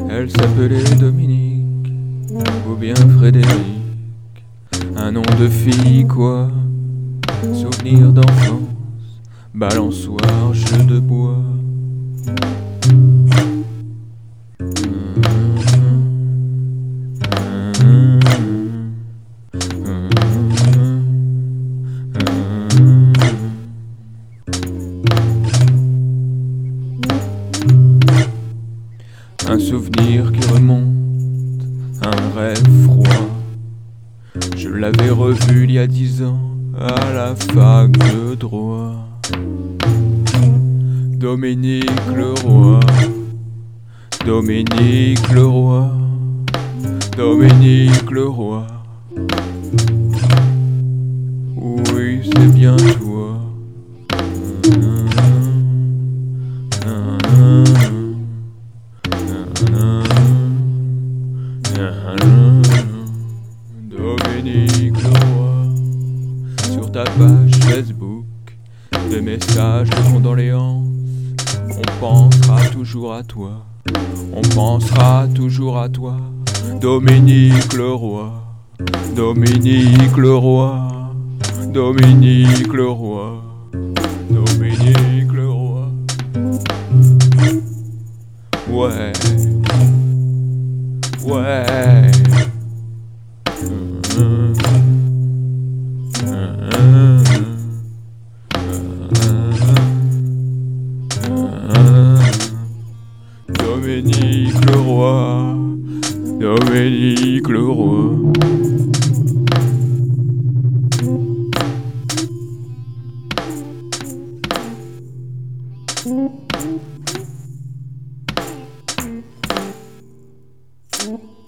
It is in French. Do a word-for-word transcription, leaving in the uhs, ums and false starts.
Elle s'appelait Dominique ou bien Frédéric, un nom de fille quoi. Souvenir d'enfance, balançoire, jeu de bois. Un souvenir qui remonte, un rêve froid. Je l'avais revu il y a dix ans à la fac de droit. Dominique Leroy, Dominique Leroy, Dominique Leroy. Oui, c'est bien toi. Dominique Leroy, sur ta page Facebook, des messages de condoléances. On pensera toujours à toi, on pensera toujours à toi. Dominique Leroy, Dominique Leroy, Dominique Leroy, Dominique Leroy. Ouais, ouais. Dominique Leroy, Dominique Leroy. Thank you.